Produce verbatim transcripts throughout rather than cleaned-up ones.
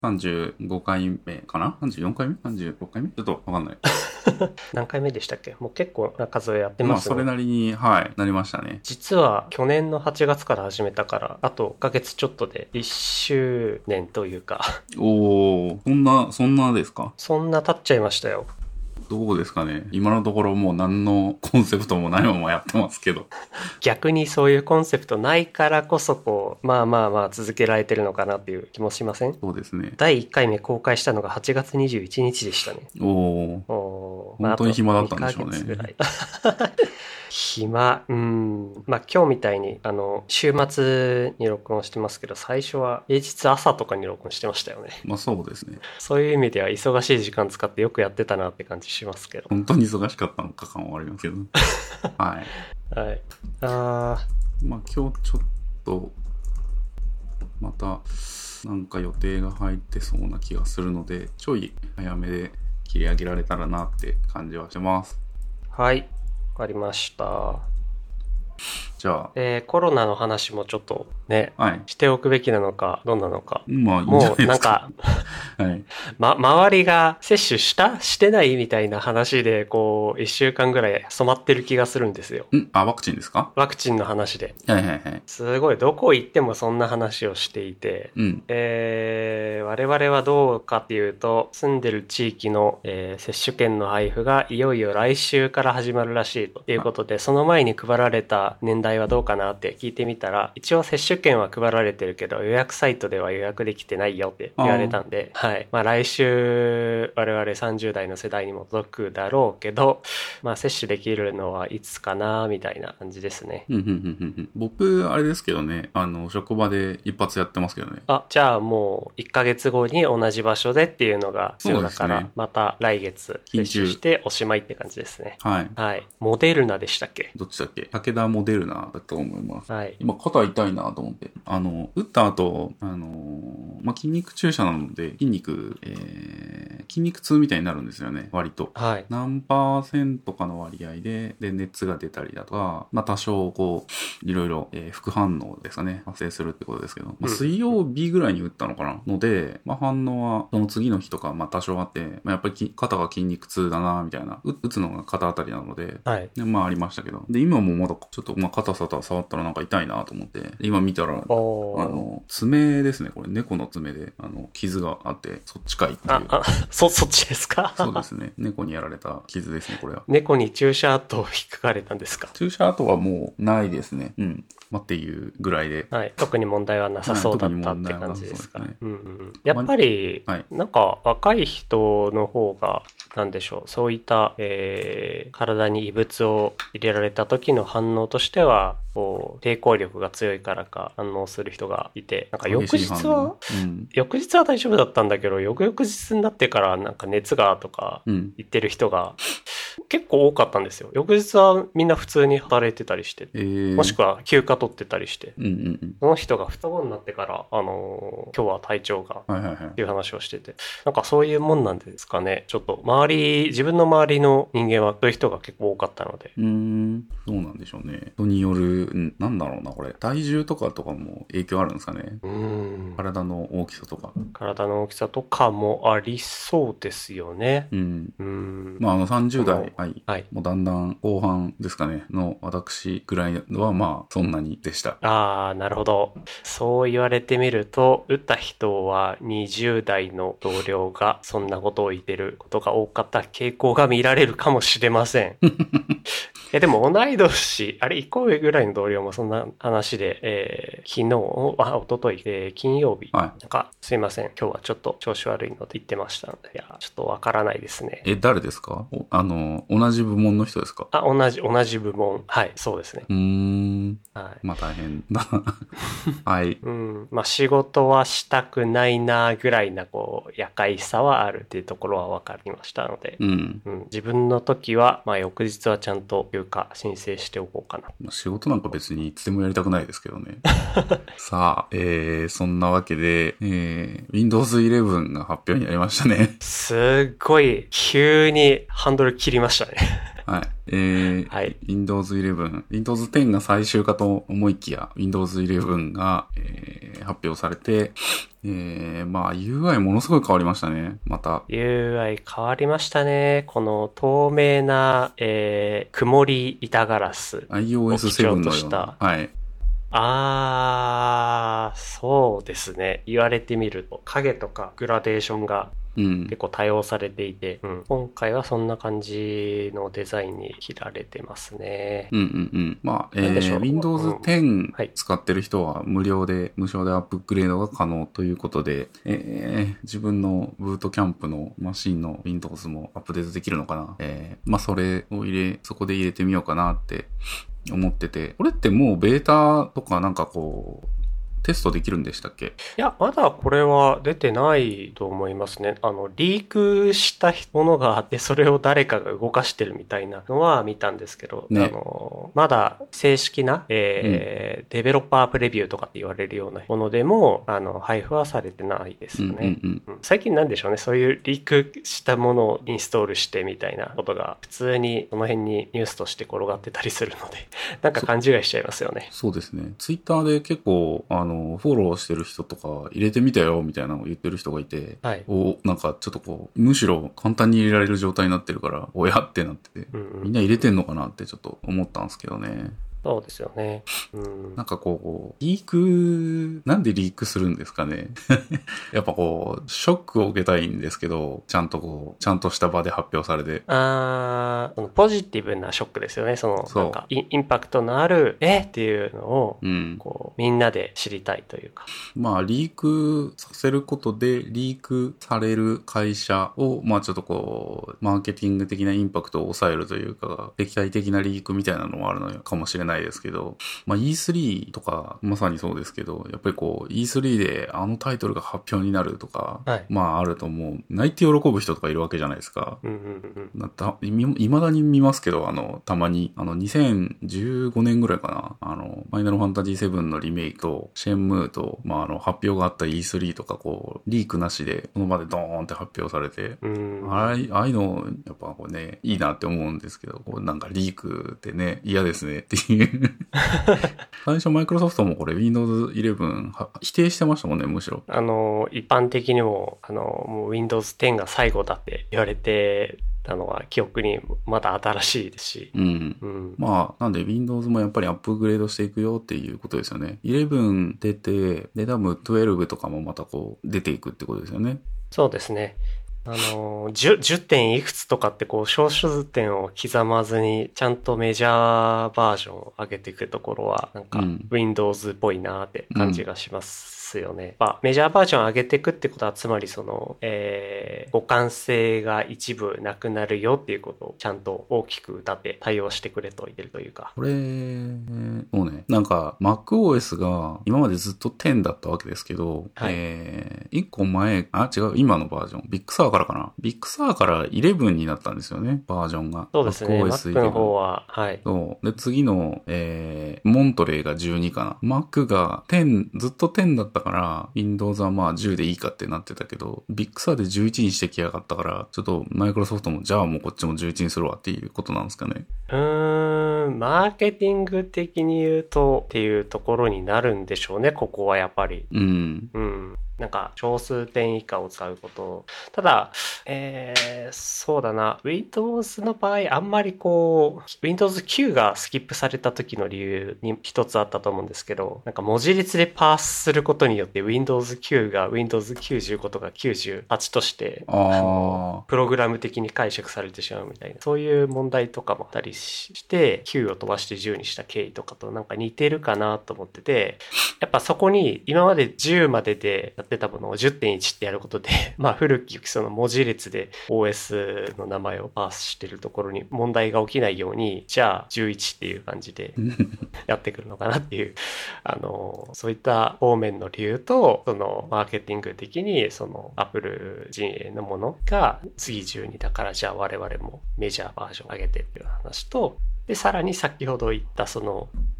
さんじゅうごかいめかな ?さんじゅうよん 回目 ?さんじゅうろっかいめちょっとわかんない。 何回目でしたっけ？もう結構な数やってますね。 まあそれなりに、はい、なりましたね。 実は去年のはちがつから始めたから、あといっかげつちょっとでいっしゅうねんというか。 おー、そんな、そんなですか？ そんな経っちゃいましたよ。 どうですかね。今のところもう何のコンセプトもないままやってますけど。 逆にそういうコンセプトないからこそこう、まあまあまあ続けられてるのかなっていう気もしません？ そうですね。 だいいっかいめ公開したのがはちがつにじゅういちにちでしたね。 おー。 お本当に暇だったんでしょうね。 まあ、あとにかげつぐらい暇、うん。まあ今日みたいに、あの、週末に録音してますけど、最初は平日朝とかに録音してましたよね。 まあそうですね。 そういう意味では忙しい時間使ってよくやってたなって感じしますけど。 本当に忙しかったのか感はありますけど。はい。 はい。あー。まあ今日ちょっと、また、なんか予定が入ってそうな気がするので、ちょい早めで切り上げられたらなって感じはしてます。 はい。わかりました。 じゃあ、 えー、コロナの話もちょっとね、 はい、 しておくべきなのか、どうなのか。 まあいいんじゃないですか。 もうなんか、 はい、 ま、周りが接種したしてないみたいな話で、こう、一週間ぐらい染まってる気がするんですよ。 んあ、ワクチンですか？ ワクチンの話で。 はいはいはい。 すごい、どこ行ってもそんな話をしていて、 うん。 えー、我々はどうかっていうと、住んでる地域の、えー、接種券の配布がいよいよ来週から始まるらしいということで、その前に配られた年代はどうかなって聞いてみたら、一応接種券は配られてるけど、予約サイトでは予約できてないよって言われたんで、はい。まあ来週、我々さんじゅう代の世代にも届くだろうけど、まあ接種できるのはいつかな、みたいな感じですね。 うんうんうんうん。僕、あれですけどね、あの、職場で一発やってますけどね。 あ、じゃあもういっかげつごに同じ場所でっていうのが必要だから、 ね、 また来月接種しておしまいって感じですね。 はい。 はい。モデルナでしたっけ？ どっちだっけ？武田モデルナだと思います。 はい。 今、肩痛いなと思って。あの、打った後、あのー、まあ、筋肉注射なので、筋肉、えー、筋肉痛みたいになるんですよね、割と。 はい。 何パーセントかの割合で、で、熱が出たりだとか、まあ、多少、こう、いろいろ、えー、副反応ですかね、発生するってことですけど、まあ、水曜日ぐらいに打ったのかなので、まあ、反応は、その次の日とか、まあ、多少あって、まあ、やっぱり肩が筋肉痛だな、みたいな、打つのが肩あたりなので、 はい。 で、まあ、ありましたけど、で、今もまだ、ちょっと、まあ、肩さた触ったらなんか痛いなと思って、今見たら、あの、爪ですね、これ、猫の爪で、あの、傷があって、そっちかいっていう。 あ、あ、そ、そっちですか？ そうですね。猫にやられた傷ですね、これは。 猫に注射跡を引っかかれたんですか？ 注射跡はもうないですね。うん。まあ、っていうぐらいで。 はい。特に問題はなさそうだったって感じですか？ ね、 うんうん。やっぱり、ま、はい、なんか若い人の方が、なんでしょう、そういった、えー、体に異物を入れられた時の反応としては、こう、抵抗力が強いからか反応する人がいて、なんか翌日は、うん、翌日は大丈夫だったんだけど、翌々日になってからなんか熱がとか言ってる人が、結構多かったんですよ。翌日はみんな普通に働いてたりして、えー、もしくは休暇取ってたりして、うんうんうん、その人が双子になってから、あのー、今日は体調が、はいはいはい、っていう話をしてて、なんかそういうもんなんですかね。ちょっと周り、自分の周りの人間はそういう人が結構多かったので。 うーん、どうなんでしょうね。人による、んなんだろうな、これ。体重とかとかも影響あるんですかね。うーん。体の大きさとか。 体の大きさとかもありそうですよね。 うん。うん。まあ、あのさんじゅう代、はい。 はい。 もうだんだん後半ですかね、の私ぐらいはまあ、そんなにでした。 ああ、なるほど。そう言われてみると、打った人はにじゅう代の同僚がそんなことを言ってることが多かった傾向が見られるかもしれません。え、でも同い年、あれ、一個上ぐらいの同僚もそんな話で、えー、昨日、あ、おととい、えー、金曜日、はい、なんか、すいません、今日はちょっと調子悪いので言ってましたので、いや、ちょっとわからないですね。 え、誰ですか？あの、同じ部門の人ですか？ あ、同じ、同じ部門。はい、そうですね。 うーん。はい。まあ大変だ。はい。 うん。まあ仕事はしたくないなぐらいな、こう、夜会さはあるっていうところは分かりましたので、うん。うん、自分の時は、まあ翌日はちゃんと休暇申請しておこうかな。 仕事なんか別にいつでもやりたくないですけどね。さあ、えー、そんなわけで、えー、Windows イレブンが発表になりましたね。 すっごい、急にハンドル切りましたね。 はい。 えーはい、Windows イレブン、Windows テンが最終化と思いきや、Windows イレブンが、えー、発表されて、えー、まあ ユーアイ ものすごい変わりましたね、また。 ユーアイ 変わりましたね。この透明な、えー、曇り板ガラス。 アイオーエスセブン のような。はい。 あー、そうですね。言われてみると、影とかグラデーションが結構多用されていて、うんうん、今回はそんな感じのデザインに切られてますね。 うんうんうん。まあ、えー、Windows テン使ってる人は無料で、はい、無償でアップグレードが可能ということで、えー、自分のブートキャンプのマシンの Windows もアップデートできるのかな。えー、まあそれを入れ、そこで入れてみようかなって思ってて、これってもうベータとかなんかこう、テストできるんでしたっけ？ いや、まだこれは出てないと思いますね。あの、リークしたものがあって、それを誰かが動かしてるみたいなのは見たんですけど、ね、あの、まだ正式な、えーうん、デベロッパープレビューとかって言われるようなものでも、あの、配布はされてないですよね。うんうんうん、最近なんでしょうね、そういうリークしたものをインストールしてみたいなことが、普通にその辺にニュースとして転がってたりするので、なんか勘違いしちゃいますよね。 そ、そうですね。ツイッターで結構、あの、フォローしてる人とか入れてみたよみたいなのを言ってる人がいて、はい、おなんかちょっとこうむしろ簡単に入れられる状態になってるからおやってなってて、うんうん、みんな入れてんのかなってちょっと思ったんですけどね。 そうですよね。 うん、なんかこう、リーク、なんでリークするんですかね。やっぱこう、ショックを受けたいんですけど、ちゃんとこう、ちゃんとした場で発表されて。 あー、ポジティブなショックですよね。その、なんかイ、インパクトのある、えっていうのを、うん、こう、みんなで知りたいというか。 まあ、リークさせることで、リークされる会社を、まあちょっとこう、マーケティング的なインパクトを抑えるというか、敵対的なリークみたいなのもあるのかもしれないないですけど、まあ イースリー とかまさにそうですけど、やっぱりこう イースリー であのタイトルが発表になるとか、はい、まああるともう泣いて喜ぶ人とかいるわけじゃないですか。うんうんうん、だいまだに見ますけど、あのたまにあのにせんじゅうごねんぐらいかな、あのファイナルファンタジーセブンのリメイクとシェンムーと、まああの発表があった イースリー とかこうリークなしでこの場でドーンって発表されて、うんああいうのやっぱこうねいいなって思うんですけど、こうなんかリークってね嫌ですねっていう最初マイクロソフトもこれ Windows イレブン否定してましたもんね、むしろ。 あの一般的にもあのもう Windows テンが最後だって言われてたのは記憶にまだ新しいですし、うんうん、まあなんで Windows もやっぱりアップグレードしていくよっていうことですよね。イレブン出てで多分じゅうにとかもまたこう出ていくってことですよね。 そうですね。あの 10, 10点いくつとかってこう小数点を刻まずにちゃんとメジャーバージョンを上げていくところはなんか Windows っぽいなって感じがしますよね。うんまあ、メジャーバージョンを上げていくってことはつまりその、えー、互換性が一部なくなるよっていうことをちゃんと大きく歌って対応してくれと言ってるというか。 これもうねなんか MacOS が今までずっとじゅうだったわけですけど、はいえー、いっこまえあ違う今のバージョンビッグサーからかなビッグサーからじゅういちになったんですよねバージョンが。 そうですね Mac の方ははいそうで次の、えー、モントレーがじゅうにかな Mac がじゅうずっとじゅうだったから Windows はまあじゅうでいいかってなってたけどビッグサーでじゅういちにしてきやがったからちょっとマイクロソフトもじゃあもうこっちもじゅういちにするわっていうことなんですかね。 うーんマーケティング的に言うとっていうところになるんでしょうねここはやっぱり。うんうんなんか小数点以下を使うこと。ただ、えー、そうだな。Windows の場合、あんまりこう、Windows きゅうがスキップされた時の理由に一つあったと思うんですけど、なんか文字列でパースすることによって Windows きゅうが Windows きゅうじゅうごとかきゅうじゅうはちとして、あのプログラム的に解釈されてしまうみたいな、そういう問題とかもあったりして、きゅうを飛ばしてじゅうにした経緯とかとなんか似てるかなと思ってて、やっぱそこに今までじゅうまででやってたものを じゅってんいち ってやることでまあ古きその文字列で オーエス の名前をパースしてるところに問題が起きないようにじゃあじゅういちっていう感じでやってくるのかなっていうあのそういった方面の理由とそのマーケティング的にその Apple 陣営のものが次じゅうにだからじゃあ我々もメジャーバージョン上げてっていう話とでさらに先ほど言ったその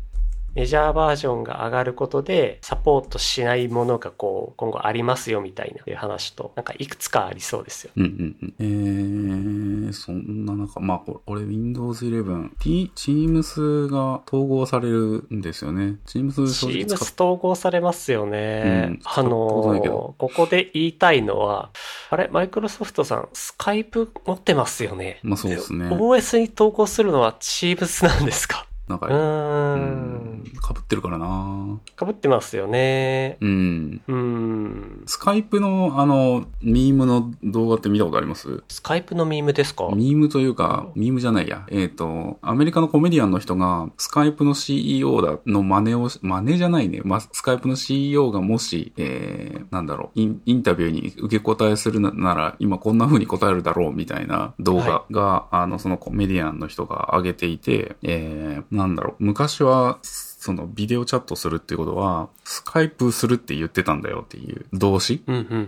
メジャーバージョンが上がることでサポートしないものがこう今後ありますよみたいないう話となんかいくつかありそうですよ。 うんうんうん。えー、そんな中、まあこれ、これ Windows イレブン、T、Teams が統合されるんですよね。Teams 正直使っ Teams 統合されますよね。うん、あの、ここで言いたいのは、あれ、マイクロソフトさん、スカイプ持ってますよね。 まあそうですね。 オーエス に統合するのは Teams なんですか？ なんか、 うーん。 かぶってるからなかぶってますよね。 うん。 うん。 スカイプのあの、ミームの動画って見たことあります？ スカイプのミームですか？ ミームというか、ミームじゃないや。えっと、アメリカのコメディアンの人が、スカイプの シーイーオー だの真似を、真似じゃないね。ま、スカイプの シーイーオー がもし、えー、なんだろう、イン、インタビューに受け答えするなら、今こんな風に答えるだろうみたいな動画が、はい、あの、そのコメディアンの人が上げていて、えー、なんだろう、昔は、そのビデオチャットするっていうことは、スカイプするって言ってたんだよっていう動詞、 うんうんうんうん、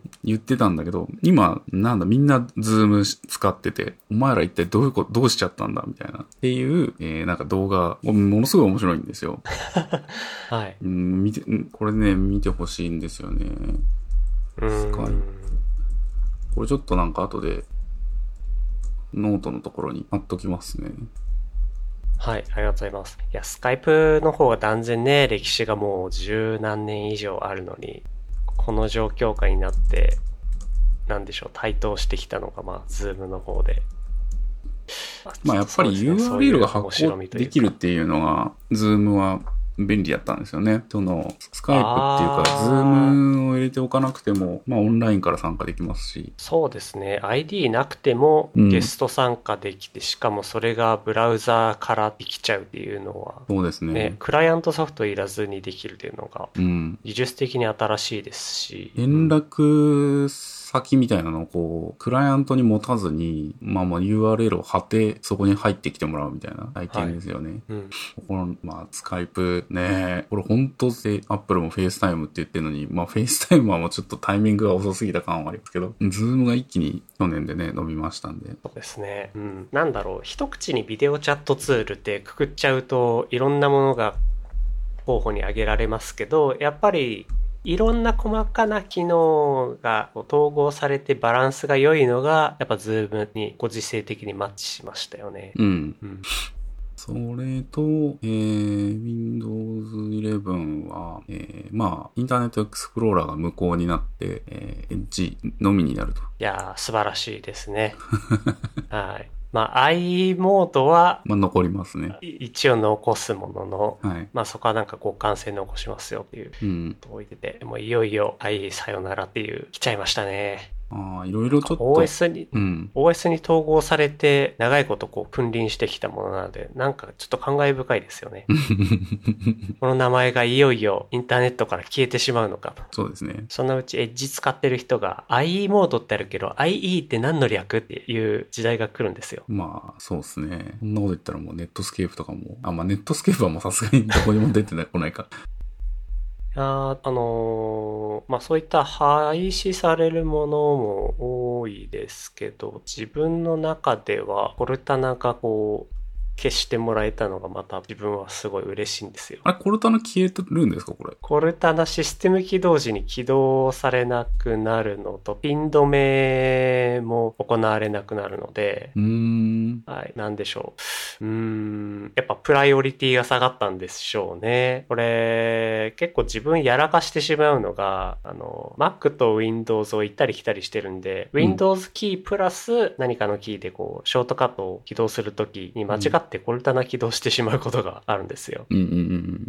言ってたんだけど、今、なんだ、みんなズーム使ってて、お前ら一体どういうこと、どうしちゃったんだみたいな。っていう、えー、なんか動画、ものすごい面白いんですよ。 はい。 うん、見て、これね、見てほしいんですよね。スカイプ。これちょっとなんか後で、ノートのところに貼っときますね。 はい、ありがとうございます。いや、スカイプの方が断然ね、歴史がもう十何年以上あるのに、この状況下になって、なんでしょう、台頭してきたのが、まあ、ズームの方で。 まあ、やっぱり ユーアールエル が発行できるっていうのが、ズームは便利だったんですよね。その、スカイプっていうか、ズームを入れておかなくても、まあ、オンラインから参加できますし。 そうですね。アイディー なくても、ゲスト参加できて、うん、しかもそれがブラウザーからできちゃうっていうのは、 そうですね。 ね、クライアントソフトいらずにできるっていうのが、 うん、 技術的に新しいですし。 連絡先みたいなのをこう、クライアントに持たずに、まあまあ ユーアールエル を貼って、そこに入ってきてもらうみたいな体験ですよね。はいうん、この、まあ、スカイプね、これ本当で、アップルもフェイスタイムって言ってるのに、まあフェイスタイムはもうちょっとタイミングが遅すぎた感はありますけど、ズームが一気に去年でね、伸びましたんで。 そうですね。うん。なんだろう、一口にビデオチャットツールってくくっちゃうと、いろんなものが候補に挙げられますけど、やっぱり、いろんな細かな機能が統合されてバランスが良いのが、やっぱズームにご時世的にマッチしましたよね。 うん。うん、それと、えー、Windows イレブンは、えー、まあ、インターネットエクスプローラーが無効になって、えー、エッジのみになると。 いやー、素晴らしいですね。はい。まあ、i モードは、 まあ、残りますね。 一応残すものの、 はい、 まあ、そこはなんか互換性残しますよっていうことを置いてて、うん、もういよいよ i さよならっていう来ちゃいましたね。 ああ、いろいろちょっと。 オーエス に、 うん、 オーエス に統合されて、長いことこう君臨してきたものなので、なんかちょっと感慨深いですよね。この名前がいよいよインターネットから消えてしまうのかと。 そうですね。 そのうちエッジ使ってる人が アイイー モードってあるけど、アイイー って何の略っていう時代が来るんですよ。 まあ、そうですね。そんなこと言ったらもうネットスケープとかも、あ、まあネットスケープはもうさすがにどこにも出てこないか。 あ, あのー、まあそういった廃止されるものも多いですけど、自分の中ではコルタナがこう消してもらえたのがまた自分はすごい嬉しいんですよ。 あれ、コルタナ消えてるんですかこれ。 コルタナシステム起動時に起動されなくなるのと、ピン止めも行われなくなるので、 うーん。 はい、なんでしょう。うーん、やっぱプライオリティが下がったんでしょうね。これ、結構自分やらかしてしまうのが、あの、Mac と Windows を行ったり来たりしてるんで、うん、Windows キープラス何かのキーでこう、ショートカットを起動するときに間違ってコルタナ起動してしまうことがあるんですよ。 うんうんうん、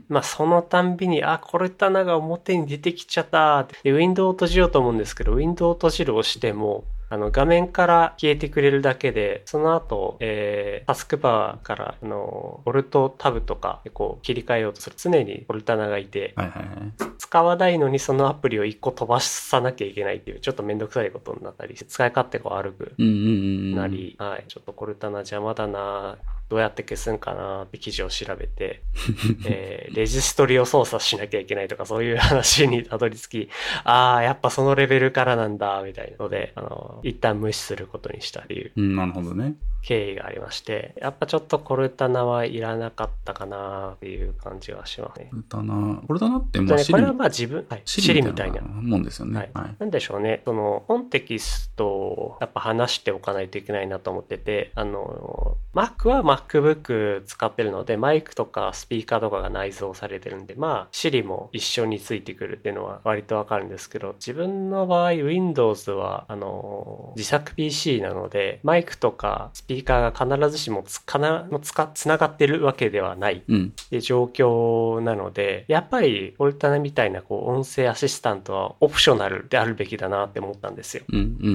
まあ、そのたんびに、あ、コルタナが表に出てきちゃったで、ウィンドウを閉じようと思うんですけど、ウィンドウを閉じるをしても、あの、画面から消えてくれるだけで、その後、えー、タスクバーから、あの、オルトタブとかでこう切り替えようとする。常にコルタナがいて、 はいはいはい、 使わないのにそのアプリを一個飛ばさなきゃいけないっていう、ちょっとめんどくさいことになったり、使い勝手が悪くなり、はい、ちょっとコルタナ邪魔だなどうやって消すんかなって記事を調べて、えー、レジストリを操作しなきゃいけないとかそういう話にたどり着き、ああ、やっぱそのレベルからなんだ、みたいなので、あの、一旦無視することにしたっていう。 うん、なるほどね。 経緯がありまして、やっぱちょっとコルタナはいらなかったかなっていう感じはしますね。 コルタナ、コルタナってまあ、 これはまあ自分、はい、シリみたいなもんですよね。 はいはい、なんでしょうね。その本テキストをやっぱ話しておかないといけないなと思ってて、あの Mac は MacBook 使ってるのでマイクとかスピーカーとかが内蔵されてるんで、まあ Siri も一緒についてくるっていうのは割とわかるんですけど、自分の場合 Windows はあの自作 ピーシー なのでマイクとかスピーカーが必ずしもつかなつかつながってるわけではないって状況なので、やっぱりコルタナみたいなこう音声アシスタントはオプショナルであるべきだなって思ったんですよ。 うんうんうんうん、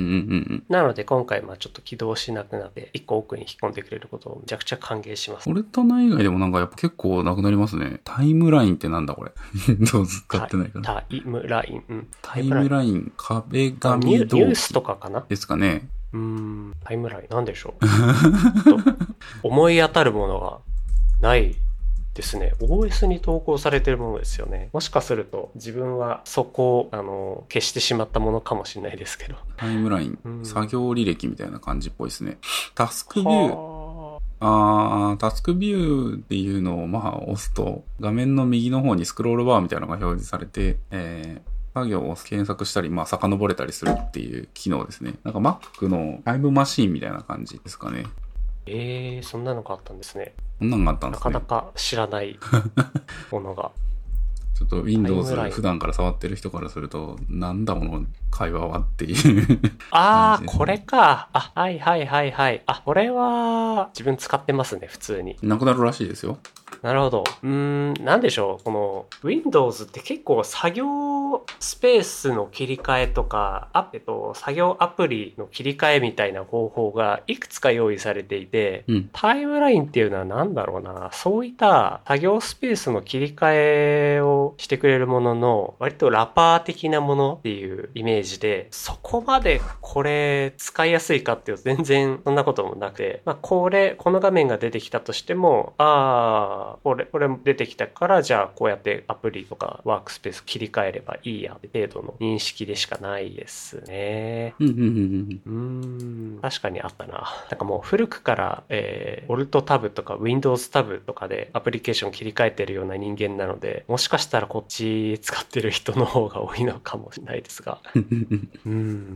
なので今回まあちょっと起動しなくなって一個奥に引っ込んでくれることをめちゃくちゃ歓迎します。 コルタナ以外でもなんかやっぱ結構なくなりますね。タイムラインってなんだこれ。Windows 使ってないから。 タイムライン、うん、 タイムライン、壁紙ニュースとかかなですかね。 うーん、タイムラインなんでしょう。思い当たるものがないですね。オーエス に投稿されてるものですよね。もしかすると自分はそこをあの消してしまったものかもしれないですけど。 タイムライン、うん、作業履歴みたいな感じっぽいですね。タスクビュー。あー、タスクビューっていうのをまあ押すと画面の右の方にスクロールバーみたいなのが表示されて、えー作業を検索したり、まあ、遡れたりするっていう機能ですね。なんか Mac のタイムマシーンみたいな感じですかね。 えー、そんなのがあったんですね。 そんなのがあったんですね。 なかなか知らないものが。 ちょっと Windows 普段から触ってる人からすると、なんだこの会話はっていうああ、これか。あ、はいはいはいはい。あ、これは自分使ってますね、普通に。 なくなるらしいですよ。 なるほど。うーん、なんでしょう。この Windows って結構作業スペースの切り替えとか、あえっと、作業アプリの切り替えみたいな方法がいくつか用意されていて、 うん、 タイムラインっていうのは何だろうな。そういった作業スペースの切り替えをしてくれるものの、割とラパー的なものっていうイメージで、そこまでこれ使いやすいかっていうと全然そんなこともなくて、まあ、これ、この画面が出てきたとしても、ああ、これ、これも出てきたから、じゃあこうやってアプリとかワークスペース切り替えればいいやって程度の認識でしかないですね。 うんうんうん、 うーん、確かにあったな。なんかもう古くから、えー、Alt タブとか Windows タブとかでアプリケーション切り替えてるような人間なので、もしかしたらこっち使ってる人の方が多いのかもしれないですが。うん、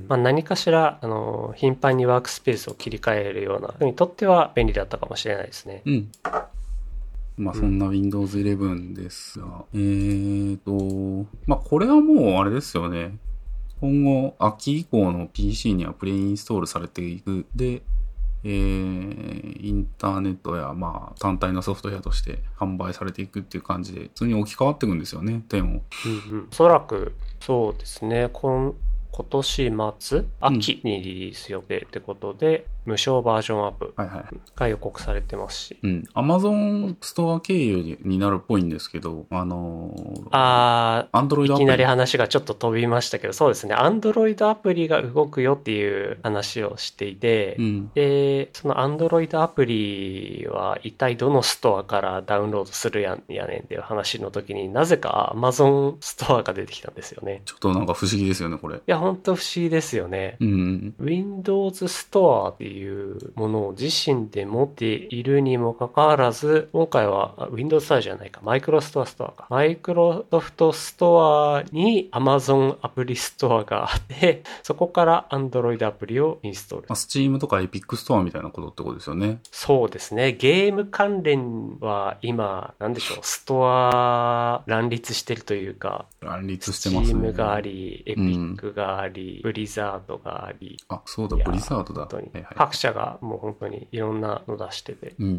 まあ、何かしら、あの、頻繁にワークスペースを切り替えるような人にとっては便利だったかもしれないですね。 うん。まあそんな Windows イレブンですが、うん、えーと、まあこれはもうあれですよね。今後、秋以降の ピーシー にはプレイインストールされていく。で、えー、インターネットやまあ単体のソフトウェアとして販売されていくっていう感じで、普通に置き換わっていくんですよね、点を。 うんうん。おそらく、そうですね。今今年末、秋にリリース予定ってことで、うん、無償バージョンアップが予告されてますし。 うん。Amazon ストア経由になるっぽいんですけど、あのー、 あー、 Android アプリ。 いきなり話がちょっと飛びましたけど、そうですね。Android アプリが動くよっていう話をしていて、 うん、 で、その Android アプリは一体どのストアからダウンロードするやんやねんっていう話の時になぜか Amazon ストアが出てきたんですよね。 ちょっとなんか不思議ですよね、これ。いや、ほんと不思議ですよね。 うん、 Windows Store っていうものを自身で持っているにもかかわらず、今回は Windows Store じゃないか、マイクロソフトストアか。マイクロソフトストアに Amazon アプリストアがあって、そこから Android アプリをインストール。 まあ、Steam とか Epic Store みたいなことってことですよね。 そうですね。ゲーム関連は今、なんでしょう、ストア乱立してるというか、 乱立してますね。 Steam があり、Epic があり、ブリザードがあり。 あ、そうだ、ブリザードだ。 本当に。各社がもう本当にいろんなの出してて。 うんうんうん、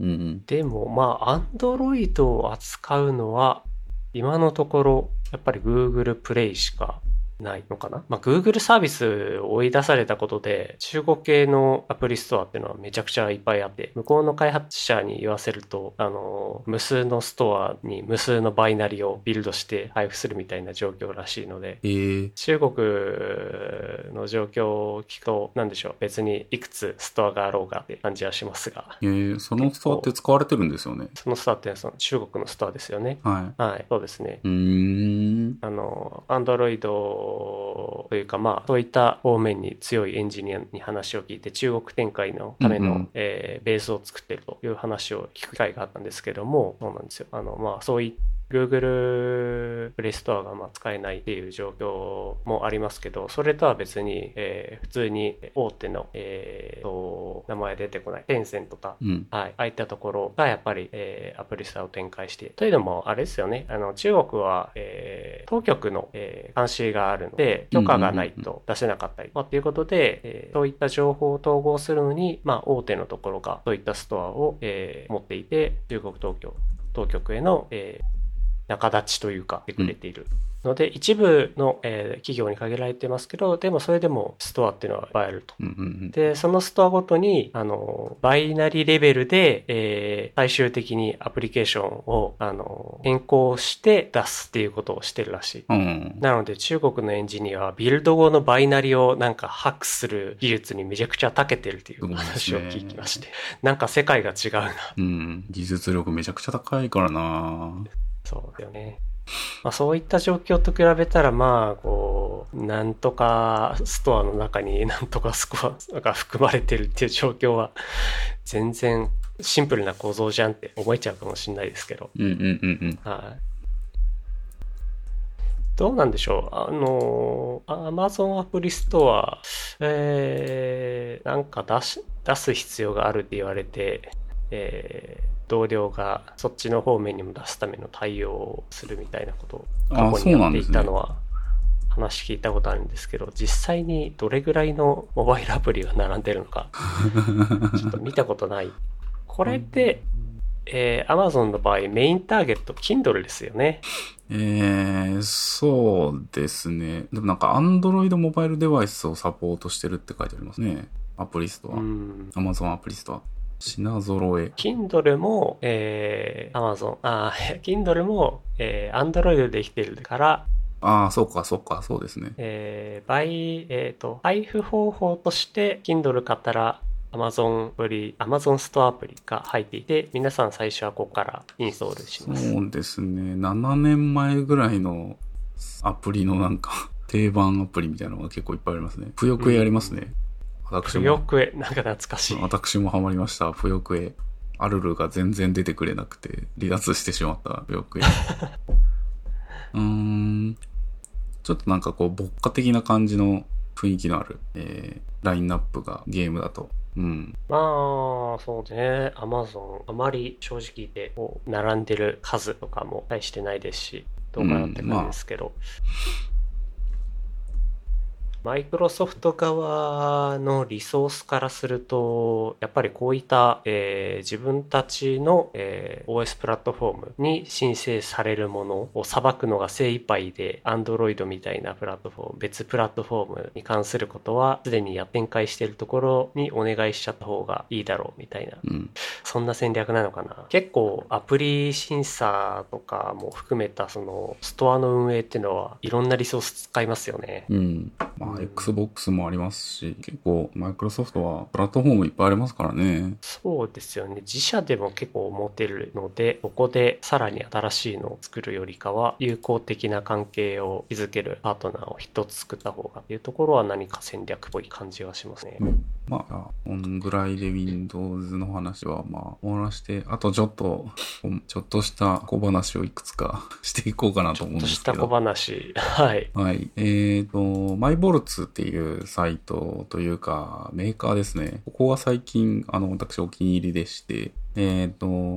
でも、まあ、Android を扱うのは、今のところ、やっぱり Google Play しかないのかな。まあ、Google サービスを追い出されたことで、中国系のアプリストアっていうのはめちゃくちゃいっぱいあって、向こうの開発者に言わせると、あの、無数のストアに無数のバイナリをビルドして配布するみたいな状況らしいので、 えー、 中国の状況を聞くと、なんでしょう、別にいくつストアがあろうがって感じはしますが。 えー、そのストアって使われてるんですよね。 そのストアってその中国のストアですよね。 はい。 はい、そうですね。 うーん。 あの、アンドロイドというか、まあ、そういった方面に強いエンジニアに話を聞いて、中国展開のための、うんうん、えー、ベースを作っているという話を聞く機会があったんですけども、そうなんですよ。あの、まあ、そういった Google プレイストアがまあ使えないっていう状況もありますけど、それとは別に、えー、普通に大手の、えー、と名前出てこないテンセントとか、うん、はい、ああいったところがやっぱり、えー、アプリストアを展開している。というのもあれですよね、あの中国は、えー、当局の、えー、監視があるので許可がないと出せなかったり、まあ、ということで、えー、そういった情報を統合するのに、まあ、大手のところがそういったストアを、えー、持っていて、中国当局当局への、えー仲立ちというか、してくれている。ので、一部の、えー、企業に限られてますけど、でもそれでもストアっていうのはいっぱいあると。 うんうんうん、 で、そのストアごとに、あの、バイナリレベルで、えー、最終的にアプリケーションを、あの、変更して出すっていうことをしてるらしい。 うん、 なので、中国のエンジニアはビルド後のバイナリをなんかハックする技術にめちゃくちゃ長けてるっていう話を聞きまして。ね、なんか世界が違うな。 うん。技術力めちゃくちゃ高いからな。 そうだよね。まあ、そういった状況と比べたら、まあ、こう、なんとかストアの中になんとかスコアが含まれてるっていう状況は、全然シンプルな構造じゃんって思えちゃうかもしれないですけど。 うんうんうんうん。 はい。どうなんでしょう。あの、Amazon アプリストア、えー、なんか出し、出す必要があるって言われて、えー、同僚がそっちの方面にも出すための対応をするみたいなことを過去にやっていたのは話聞いたことあるんですけど、実際にどれぐらいのモバイルアプリが並んでるのかちょっと見たことない。これって、えー、Amazon の場合メインターゲット Kindle ですよね。 えー、そうですね。でもなんか Android モバイルデバイスをサポートしてるって書いてありますね。アプリストア。Amazon アプリストア。品揃え。 Kindle も、えー、Amazon、あ、Kindle も、えー、Android でできてるから、 ああ、そうか、そうか、そうですね。 えー、バイ、えっ、ー、と、配布方法として、Kindle 買ったら、Amazon アプリ、Amazon ストアアプリが入っていて、皆さん最初はここからインストールします。 そうですね。ななねんまえぐらいのアプリのなんか、定番アプリみたいなのが結構いっぱいありますね。ぷよくえありますね。うん私もぷよくえ、なんか懐かしい。 私もハマりました。ぷよくえ。アルルが全然出てくれなくて、離脱してしまったぷよくえ。うーん。ちょっとなんかこう、牧歌的な感じの雰囲気のある、えー、ラインナップがゲームだと。うん。 まあ、そうね。アマゾン、あまり正直言って、こう、並んでる数とかも大してないですし、どうかなって感じですけど。うんまあマイクロソフト側のリソースからすると、やっぱりこういった、えー、自分たちの、えー、オーエス プラットフォームに申請されるものを裁くのが精一杯で、Android みたいなプラットフォーム、別プラットフォームに関することは、すでにや展開しているところにお願いしちゃった方がいいだろうみたいな、うん、そんな戦略なのかな。結構アプリ審査とかも含めたそのストアの運営っていうのはいろんなリソース使いますよね。 うんまあ、Xbox もありますし、結構マイクロソフトはプラットフォームいっぱいありますからね。 そうですよね。自社でも結構持てるので、ここでさらに新しいのを作るよりかは、友好的な関係を築けるパートナーを一つ作った方がっていうところは何か戦略っぽい感じはしますね。 うん、まあ、こんぐらいで Windows の話はまあ終わらして、あとちょっと、ちょっとした小話をいくつかしていこうかなと思うんですけど。 ちょっとした小話。はい。 はい。えっと、マイボルツっていうサイトというか、メーカーですね。ここが最近、あの、私お気に入りでして、えっと、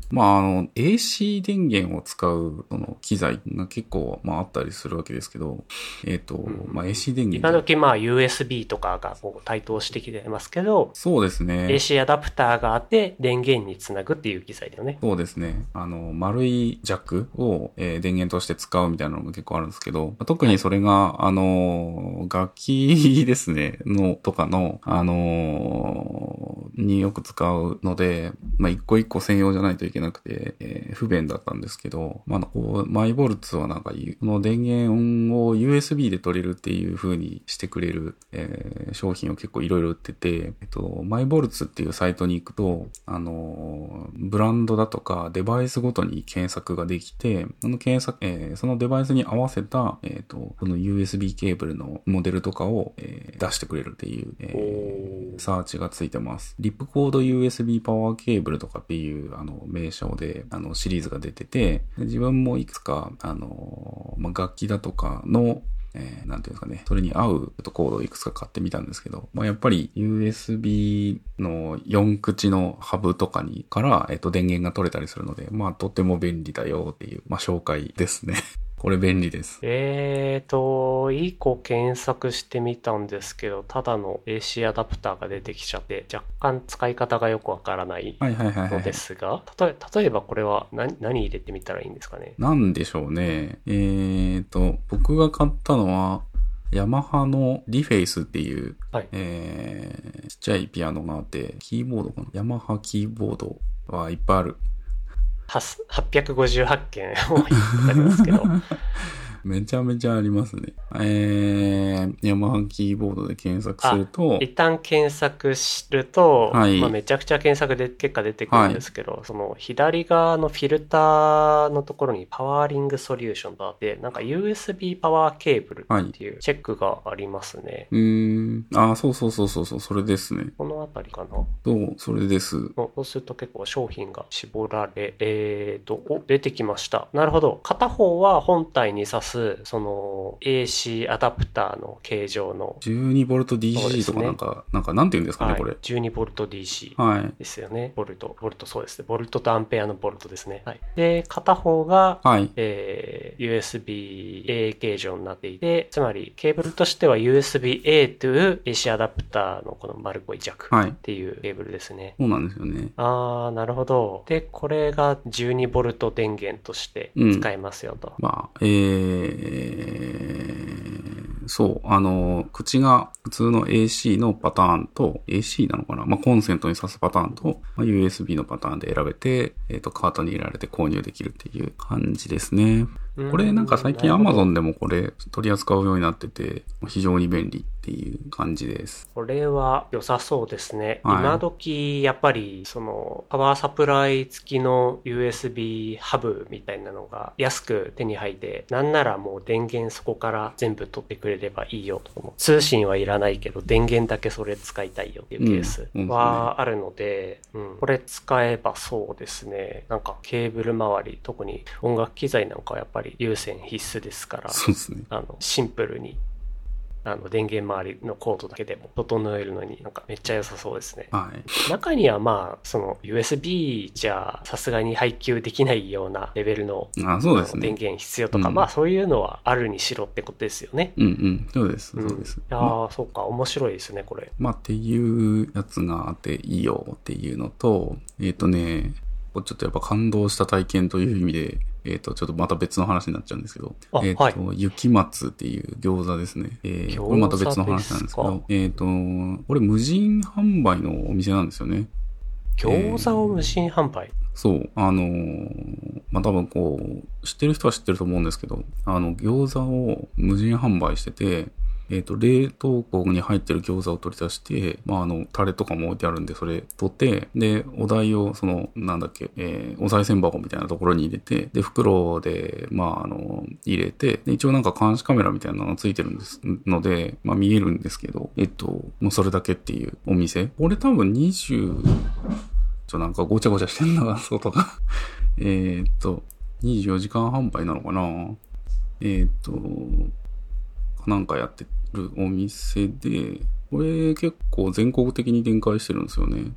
まあ、あの、エーシー 電源を使う、その、機材が結構、まあ、あったりするわけですけど、えっ、ー、と、うん、まあ、エーシー 電源。 今時、まあ、ユーエスビー とかがこう台頭してきてますけど、 そうですね。 エーシー アダプターがあって、電源につなぐっていう機材だよね。 そうですね。あの、丸いジャックを、えー、電源として使うみたいなのも結構あるんですけど、特にそれが、はい、あの、楽器ですね、の、とかの、あの、によく使うので、まあ、一個一個専用じゃないといけなくて、えー、不便だったんですけど、まあ、こう、マイボルツはなんか、この電源を ユーエスビー で取れるっていう風にしてくれる、えー、商品を結構いろいろ売ってて、えっと、マイボルツっていうサイトに行くと、あの、ブランドだとかデバイスごとに検索ができて、その検索、えー、そのデバイスに合わせた、えっと、この ユーエスビー ケーブルのモデルとかを、えー、出してくれるっていう、えー、サーチがついてます。リップコード ユーエスビー パワーケーブルとかっていう、あの、名称で、あの、シリーズが出てて、自分もいくつか、あの、まあ、楽器だとかの、えー、なんていうんですかね。それに合うコードをいくつか買ってみたんですけど、まあ、やっぱり ユーエスビー のよん口のハブとかにから、えっと、電源が取れたりするので、まあ、とても便利だよっていう、まあ、紹介ですね。これ便利です。 えーと、いっこ検索してみたんですけど、ただの エーシー アダプターが出てきちゃって、若干使い方がよくわからないのですが、例え、例えばこれは何、何入れてみたらいいんですかね。 なんでしょうね。えーと、僕が買ったのは、ヤマハのリフェイスっていう、はい、えー、ちっちゃいピアノがあって、キーボードかな？ヤマハキーボードはいっぱいある。 はっぴゃくごじゅうはちけんもありますけど。 めちゃめちゃありますね。えー、ヤマハキーボードで検索すると。 一旦検索すると、はい、まあ、めちゃくちゃ検索で結果出てくるんですけど、はい、その左側のフィルターのところにパワーリングソリューションがあって、なんか ユーエスビー パワーケーブルっていうチェックがありますね。はい、 うーん。あ、そうそうそうそうそう、それですね。 このあたりかな。 そう、それです。 そうすると結構商品が絞られ、えーと、お、出てきました。なるほど。片方は本体に挿すその エーシー アダプターの形状のじゅうにボルトディーシー とかなんか、ね、なんかなんて言うんですかね、 はい、 これ。 じゅうにボルトディーシー ですよね。はい、ボルト、ボルトそうですね。ボルトとアンペアのボルトですね。はい。で、片方が、はい、えー、ユーエスビーエー 形状になっていて、つまりケーブルとしては ユーエスビーエー という エーシー アダプターのこの丸っこいジャックっていうケーブルですね。はい、 そうなんですよね。 あー、なるほど。で、これがじゅうにボルト電源として使えますよと。 うん、まあ、えー、えー、そう、あの、口が普通の エーシー のパターンと、エーシー なのかな、まあ、コンセントに挿すパターンと、まあ、ユーエスビー のパターンで選べて、えっと、カートに入れられて購入できるっていう感じですね。これなんか最近 Amazon でもこれ取り扱うようになってて、非常に便利っていう感じです。 これは良さそうですね。はい、今時やっぱりそのパワーサプライ付きの ユーエスビー ハブみたいなのが安く手に入って、なんならもう電源そこから全部取ってくれればいいよと思う。通信はいらないけど電源だけそれ使いたいよっていうケースはあるので、うんうん、これ使えばそうですね。なんかケーブル周り、特に音楽機材なんかはやっぱり有線必須ですから、 そうですね、 あのシンプルにあの電源周りのコードだけでも整えるのになんかめっちゃ良さそうですね。 はい、 中にはまあその ユーエスビー じゃさすがに配給できないようなレベルの、 あ、そうですね、 電源必要とか、うん、まあそういうのはあるにしろってことですよね。 うんうん、そうですそうです。 うん、いやー、ま、そうか、面白いですねこれ。 まあっていうやつがあっていいよっていうのと、えっとね、ちょっとやっぱ感動した体験という意味で、えっと、ちょっとまた別の話になっちゃうんですけど、えっと、はい、雪松っていう餃子ですね。えー、これまた別の話なんですけど、えっと、これ無人販売のお店なんですよね。 餃子を無人販売、 えー、そう、あのー、まあ、多分こう、知ってる人は知ってると思うんですけど、あの、餃子を無人販売してて、えっと、冷凍庫に入ってる餃子を取り出して、まあ、あの、タレとかも置いてあるんで、それ取って、で、お題を、その、なんだっけ、えー、お賽銭箱みたいなところに入れて、で、袋で、まあ、あの、入れて、で、一応なんか監視カメラみたいなのがついてるんですので、まあ、見えるんですけど、えっと、もうそれだけっていうお店。これ多分にじゅう、ちょ、なんかごちゃごちゃしてんな、外が。えっと、にじゅうよじかん販売なのかな。えっと、なんかやってるお店で、これ結構全国的に展開してるんですよね。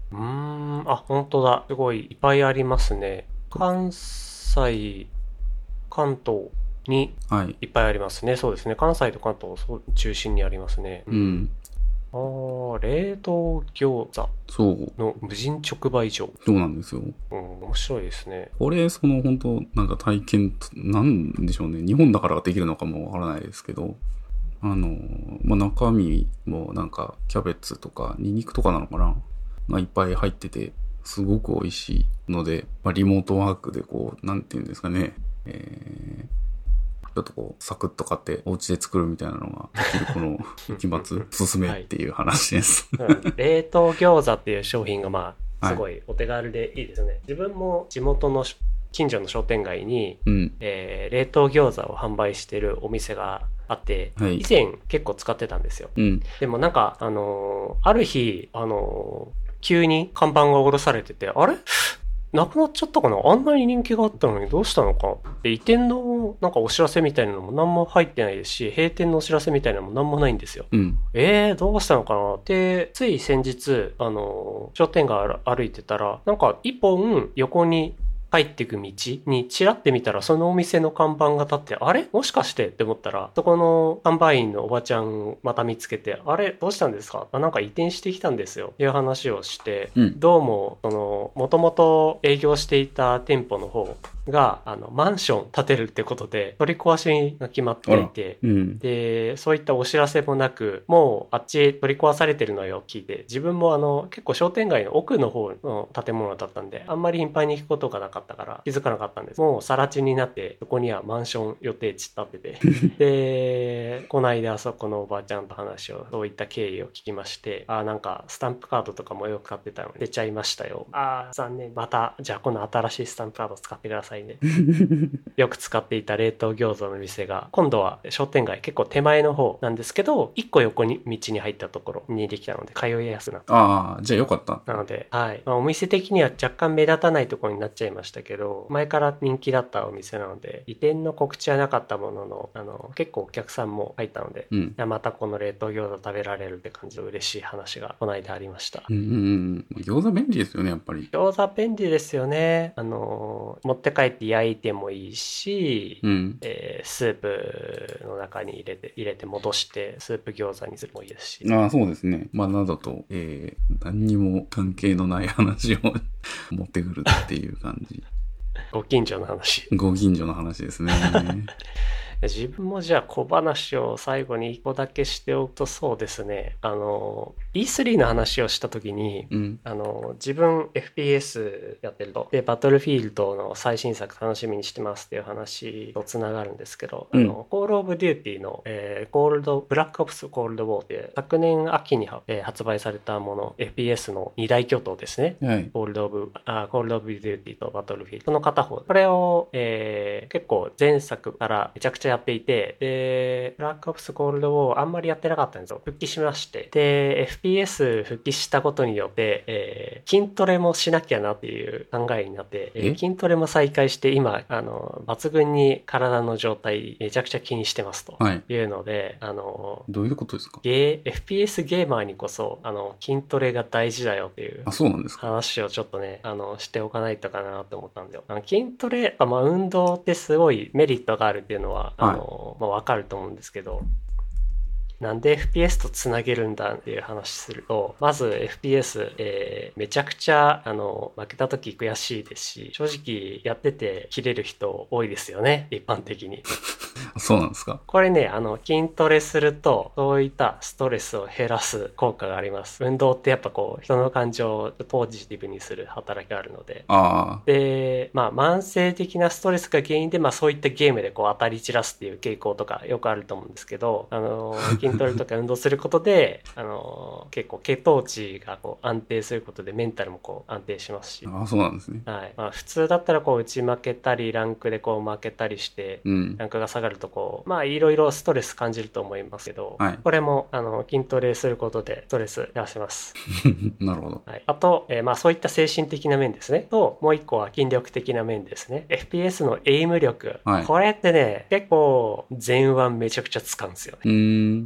うーん、あ、本当だ。すごいいっぱいありますね。関西、関東にいっぱいありますね。はい、そうですね。関西と関東を中心にありますね。 うん。うんああ、冷凍餃子の無人直売所。 そうなんですよ。 うん、面白いですね。 これ、その本当なんか体験、なんでしょうね。日本だからできるのかもわからないですけど、あの、まあ、中身もなんかキャベツとかニンニクとかなのかながいっぱい入ってて、すごく美味しいので、まあ、リモートワークでこう、なんていうんですかね、えーちょっとこう、サクッと買ってお家で作るみたいなのができるこの期末、おすすめっていう話です。 はいうん、冷凍餃子っていう商品がまあ、すごいお手軽でいいですね。はい、自分も地元の近所の商店街に、うんえー、冷凍餃子を販売してるお店があって、はい、以前結構使ってたんですよ。うん、でもなんか、あのー、ある日、あのー、急に看板が下ろされてて、あれなくなっちゃったかなあんなに人気があったのにどうしたのかで、移転のなんかお知らせみたいなのも何も入ってないですし、閉店のお知らせみたいなのも何もないんですよ。うん、えー、どうしたのかなで、つい先日、あのー、商店街歩いてたら、なんか一本横に入っていく道にチラって見たらそのお店の看板が立って、あれもしかしてって思ったら、そこの販売員のおばちゃんまた見つけて、あれどうしたんですかあなんか移転してきたんですよっていう話をして、うん、どうもその元々営業していた店舗の方があのマンション建てるってことで取り壊しが決まっていて、うん、でそういったお知らせもなく、もうあっち取り壊されてるのよ聞いて、自分もあの結構商店街の奥の方の建物だったんであんまり頻繁に行くことがなかっただから気づかなかったんです。もう更地になってそこにはマンション予定地建っててでこの間あそこのおばあちゃんと話をそういった経緯を聞きまして、あなんかスタンプカードとかもよく買ってたので出ちゃいましたよ。あ残念。またじゃあこの新しいスタンプカード使ってくださいねよく使っていた冷凍餃子の店が今度は商店街結構手前の方なんですけど、一個横に道に入ったところにできたので通いやすくなった。 ああじゃあよかった。 なのではい、まあ、お店的には若干目立たないところになっちゃいましたけど、前から人気だったお店なので移転の告知はなかったものの、あの結構お客さんも入ったので、うん、いやまたこの冷凍餃子食べられるって感じの嬉しい話がこの間ありました。 うんうんうん、餃子便利ですよねやっぱり。 餃子便利ですよね。あの持って帰って焼いてもいいし、うんえー、スープの中に入れて入れて戻してスープ餃子にするもいいですし。 ああそうですね。まあなどと、えー、何にも関係のない話を持ってくるっていう感じ。 ご近所の話。 ご近所の話ですね。 自分もじゃあ小話を最後に一個だけしておくと、そうですね。あの、イースリー の話をしたときに、うん、あの、自分 エフピーエス やってると、で、バトルフィールドの最新作楽しみにしてますっていう話とつながるんですけど、うん、あの、コールオブデューティーの、えー、コールド、ブラックオプスコールドウォーって昨年秋に、えー、発売されたもの、エフピーエス の二大巨頭ですね。はい、コールドオブ、あ、コールオブデューティーとバトルフィールド。その片方。これを、えー、結構前作からめちゃくちゃやっていて、で、ブラックオプスコールドウォーあんまりやってなかったんですよ。復帰しまして。で、エフピーエス 復帰したことによって、えー、筋トレもしなきゃなっていう考えになって、えー、筋トレも再開して、今、あの、抜群に体の状態めちゃくちゃ気にしてますというので、はい、あの、 どういうことですか？ ゲー、エフピーエス ゲーマーにこそ、あの、筋トレが大事だよっていう、 あ、そうなんですか？ 話をちょっとね、あの、しておかないとかなと思ったんですよ。あの筋トレ、まあ、運動ってすごいメリットがあるっていうのは、あの、はい、まあ、わかると思うんですけど、なんで エフピーエス とつなげるんだっていう話すると、まず エフピーエス、えー、めちゃくちゃあの負けた時悔しいですし、正直やってて切れる人多いですよね、一般的に。 そうなんですか？ これね、あの筋トレするとそういったストレスを減らす効果があります。運動ってやっぱこう人の感情をポジティブにする働きがあるので、 あで、まあ慢性的なストレスが原因で、まあそういったゲームでこう当たり散らすっていう傾向とかよくあると思うんですけど、あの筋トレとか運動することで、あの結構血糖値がこう安定することでメンタルもこう安定しますし。 ああ、そうなんですね。 はい。まあ普通だったらこう打ち負けたりランクでこう負けたりして、うん、ランクが下がるとこうまあいろいろストレス感じると思いますけど、はい、これもあの筋トレすることでストレス減らせます。 なるほど。 はい。あと、えー、まあそういった精神的な面ですね。ともう一個は筋力的な面ですね。エフピーエス のエイム力、はい、これってね結構前腕めちゃくちゃ使うんですよね。うーん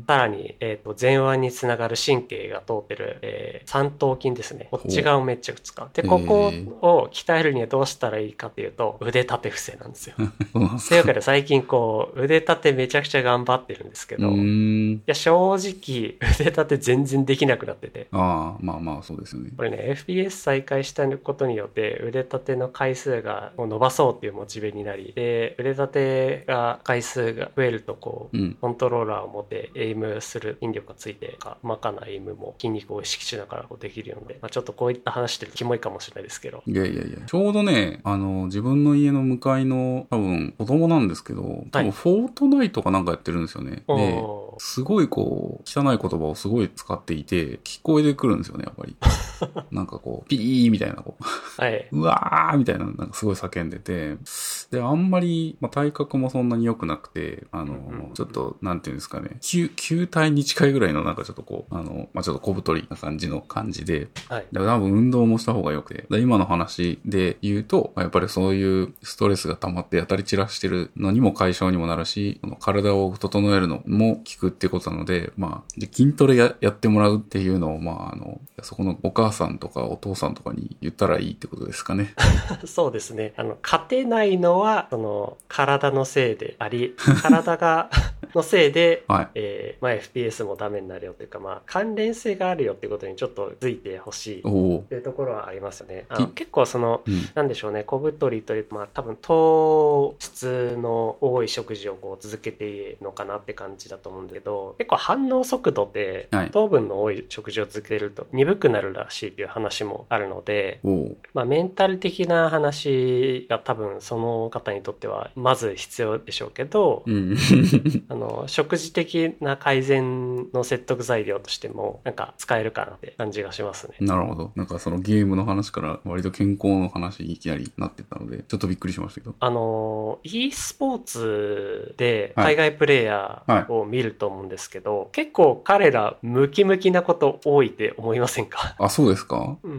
さらに、えっと、前腕につながる神経が通ってる、えー、三頭筋ですね。こっち側をめっちゃ使う。で、ここを鍛えるにはどうしたらいいかっていうと、腕立て伏せなんですよ。というわけで最近こう、腕立てめちゃくちゃ頑張ってるんですけど、いや、正直、腕立て全然できなくなってて。 ああ、まあまあそうですよね。 これね、エフピーエス 再開したことによって、腕立ての回数が伸ばそうっていうモチベになり、で、腕立てが回数が増えると、こう、うん、コントローラーを持ってエイムする引力がついて、細かなエイムも筋肉を意識しながらこうできるので、まあ、ちょっとこういった話してるとキモいかもしれないですけど。 いやいやいや、ちょうどね、あの、自分の家の向かいの多分子供なんですけど、多分フォートナイトかなんかやってるんですよね。はい、で、すごいこう、汚い言葉をすごい使っていて、聞こえてくるんですよね、やっぱり。なんかこう、ピーみたいな、こう、はい、うわーみたいな、なんかすごい叫んでて、で、あんまり、まあ、体格もそんなに良くなくて、あの、うんうん、ちょっと、なんていうんですかね、球、球体に近いぐらいの、なんかちょっとこう、あの、まあ、ちょっと小太りな感じの感じで、はい、だから多分運動もした方が良くて、今の話で言うと、やっぱりそういうストレスが溜まって当たり散らしてるのにも解消にもなるし、体を整えるのも効くってことなので、まあ、で筋トレ や, やってもらうっていうのを、まあ、あの、そこのお母さんとかお父さんとかに言ったらいいってことですかね。 そうですね。あの、勝てないのは、その、体のせいであり、体が、のせいで、はい、えー、まあ エフピーエス もダメになるよというか、まあ関連性があるよっていうことにちょっとついてほしいっていうところはありますよね。あの結構その、うん、なんでしょうね、小太りという、まあ多分糖質の多い食事をこう続けているのかなって感じだと思うんだけど、結構反応速度で糖分の多い食事を続けると鈍くなるらしいっていう話もあるので、まあメンタル的な話が多分その方にとってはまず必要でしょうけど、うんあの食事的な改善の説得材料としてもなんか使えるかなって感じがしますね。 なるほど。なんかそのゲームの話から割と健康の話にいきなりなってたのでちょっとびっくりしましたけど、 あの e スポーツで海外プレイヤーを見ると思うんですけど、はいはい、結構彼らムキムキなこと多いって思いませんか？ あ、そうですか？ うん、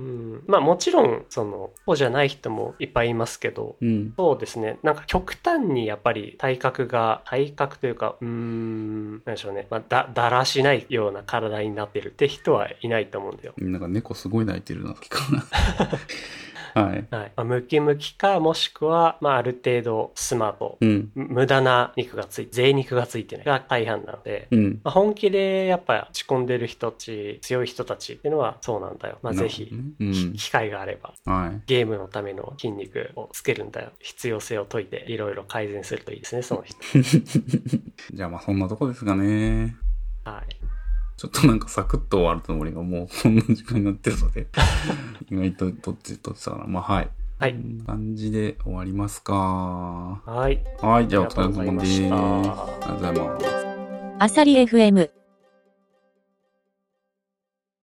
まあもちろんそのそうじゃない人もいっぱいいますけど、うん、そうですね、なんか極端にやっぱり体格が体格というかうーんなんでしょうね、まあ、だだらしないような体になってるって人はいないと思うんだよ。 なんか猫すごい鳴いてるな聞かなはい。 はい。まあ、ムキムキか、もしくは、まあ、ある程度スマート。うん。無駄な肉がついて、贅肉がついてないが大半なので、うん。まあ、本気でやっぱ落ち込んでる人たち、強い人たちっていうのはそうなんだよ。まあ、ぜひ、うん、機会があれば、はい。ゲームのための筋肉をつけるんだよ。必要性を解いて、いろいろ改善するといいですね、その人。 じゃあまあ、そんなとこですかね。 はい。 ちょっとなんかサクッと終わるつもりがもうこんな時間になってるので意外とどっちどっちだかな。まあはい。はい。こんな感じで終わりますか。 はい。 はい。じゃあお疲れ様です。ありがとうございます。 あさり エフエム